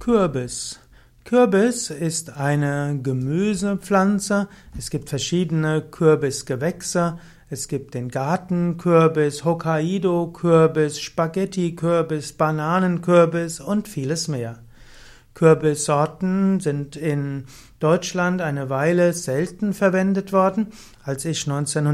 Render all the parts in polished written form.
Kürbis. Kürbis ist eine Gemüsepflanze. Es gibt verschiedene Kürbisgewächse. Es gibt den Gartenkürbis, Hokkaido-Kürbis, Spaghetti-Kürbis, Bananenkürbis und vieles mehr. Kürbissorten sind in Deutschland eine Weile selten verwendet worden. Als ich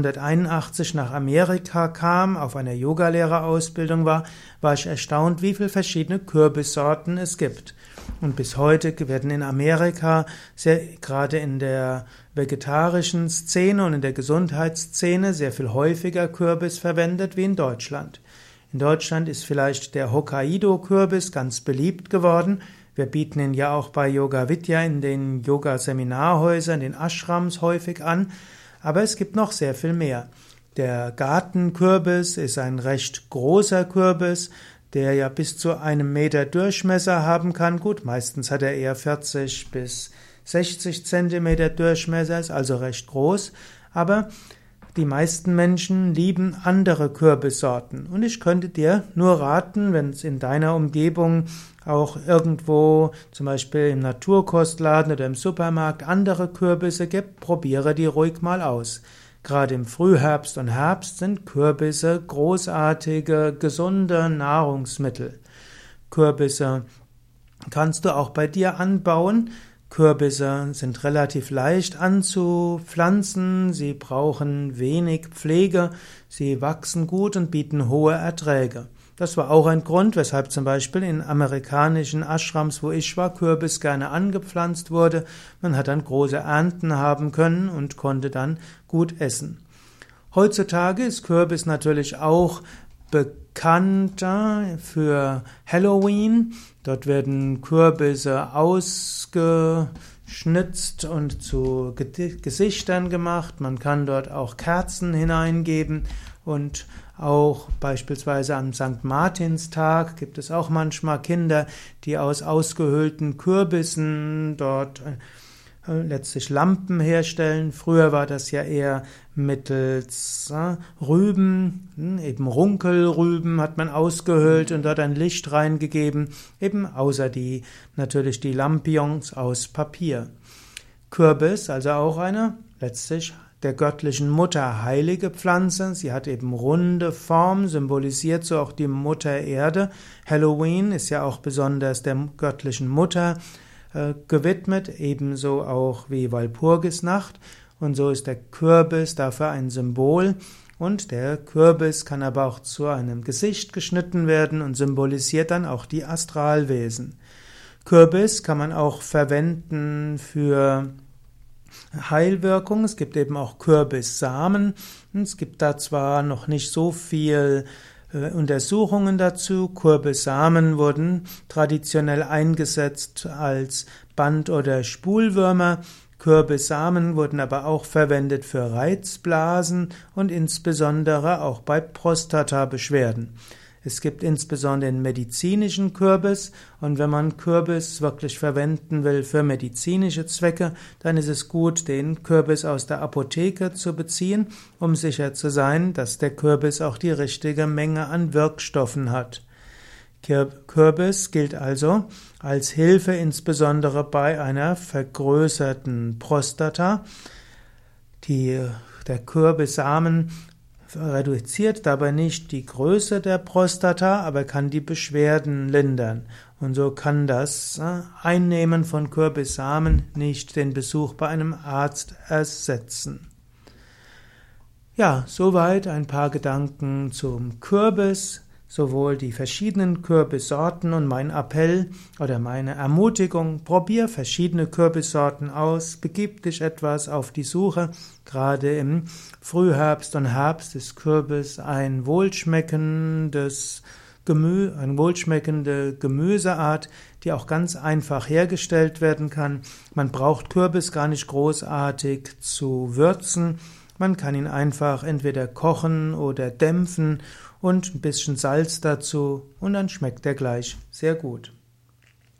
1981 nach Amerika kam, auf einer Yogalehrerausbildung war ich erstaunt, wie viele verschiedene Kürbissorten es gibt. Und bis heute werden in Amerika, gerade in der vegetarischen Szene und in der Gesundheitsszene, sehr viel häufiger Kürbis verwendet wie in Deutschland. In Deutschland ist vielleicht der Hokkaido-Kürbis ganz beliebt geworden. Wir bieten ihn ja auch bei Yoga Vidya in den Yoga-Seminarhäusern, den Ashrams häufig an, aber es gibt noch sehr viel mehr. Der Gartenkürbis ist ein recht großer Kürbis, der ja bis zu 1 Meter Durchmesser haben kann. Gut, meistens hat er eher 40 bis 60 Zentimeter Durchmesser, ist also recht groß, aber die meisten Menschen lieben andere Kürbissorten. Und ich könnte dir nur raten, wenn es in deiner Umgebung auch irgendwo, zum Beispiel im Naturkostladen oder im Supermarkt, andere Kürbisse gibt, probiere die ruhig mal aus. Gerade im Frühherbst und Herbst sind Kürbisse großartige, gesunde Nahrungsmittel. Kürbisse kannst du auch bei dir anbauen. Kürbisse sind relativ leicht anzupflanzen, sie brauchen wenig Pflege, sie wachsen gut und bieten hohe Erträge. Das war auch ein Grund, weshalb zum Beispiel in amerikanischen Ashrams, wo ich war, Kürbis gerne angepflanzt wurde. Man hat dann große Ernten haben können und konnte dann gut essen. Heutzutage ist Kürbis natürlich auch bekannt für Halloween. Dort werden Kürbisse ausgeschnitzt und zu Gesichtern gemacht. Man kann dort auch Kerzen hineingeben und auch beispielsweise am St. Martinstag gibt es auch manchmal Kinder, die aus ausgehöhlten Kürbissen dort letztlich Lampen herstellen. Früher war das ja eher mittels Rüben, eben Runkelrüben hat man ausgehöhlt und dort ein Licht reingegeben, eben außer natürlich die Lampions aus Papier. Kürbis, also auch eine letztlich der göttlichen Mutter heilige Pflanze. Sie hat eben runde Form, symbolisiert so auch die Mutter Erde. Halloween ist ja auch besonders der göttlichen Mutter gewidmet, ebenso auch wie Walpurgisnacht. Und so ist der Kürbis dafür ein Symbol. Und der Kürbis kann aber auch zu einem Gesicht geschnitten werden und symbolisiert dann auch die Astralwesen. Kürbis kann man auch verwenden für Heilwirkung. Es gibt eben auch Kürbissamen. Es gibt da zwar noch nicht so viel Untersuchungen dazu. Kürbissamen wurden traditionell eingesetzt als Band- oder Spulwürmer. Kürbissamen wurden aber auch verwendet für Reizblasen und insbesondere auch bei Prostatabeschwerden. Es gibt insbesondere den medizinischen Kürbis, und wenn man Kürbis wirklich verwenden will für medizinische Zwecke, dann ist es gut, den Kürbis aus der Apotheke zu beziehen, um sicher zu sein, dass der Kürbis auch die richtige Menge an Wirkstoffen hat. Kürbis gilt also als Hilfe insbesondere bei einer vergrößerten Prostata. Der Kürbissamen reduziert dabei nicht die Größe der Prostata, aber kann die Beschwerden lindern. Und so kann das Einnehmen von Kürbissamen nicht den Besuch bei einem Arzt ersetzen. Ja, soweit ein paar Gedanken zum Kürbis. Sowohl die verschiedenen Kürbissorten und mein Appell oder meine Ermutigung: Probier verschiedene Kürbissorten aus, begib dich etwas auf die Suche. Gerade im Frühherbst und Herbst ist Kürbis eine wohlschmeckende Gemüseart, die auch ganz einfach hergestellt werden kann. Man braucht Kürbis gar nicht großartig zu würzen. Man kann ihn einfach entweder kochen oder dämpfen und ein bisschen Salz dazu, und dann schmeckt er gleich sehr gut.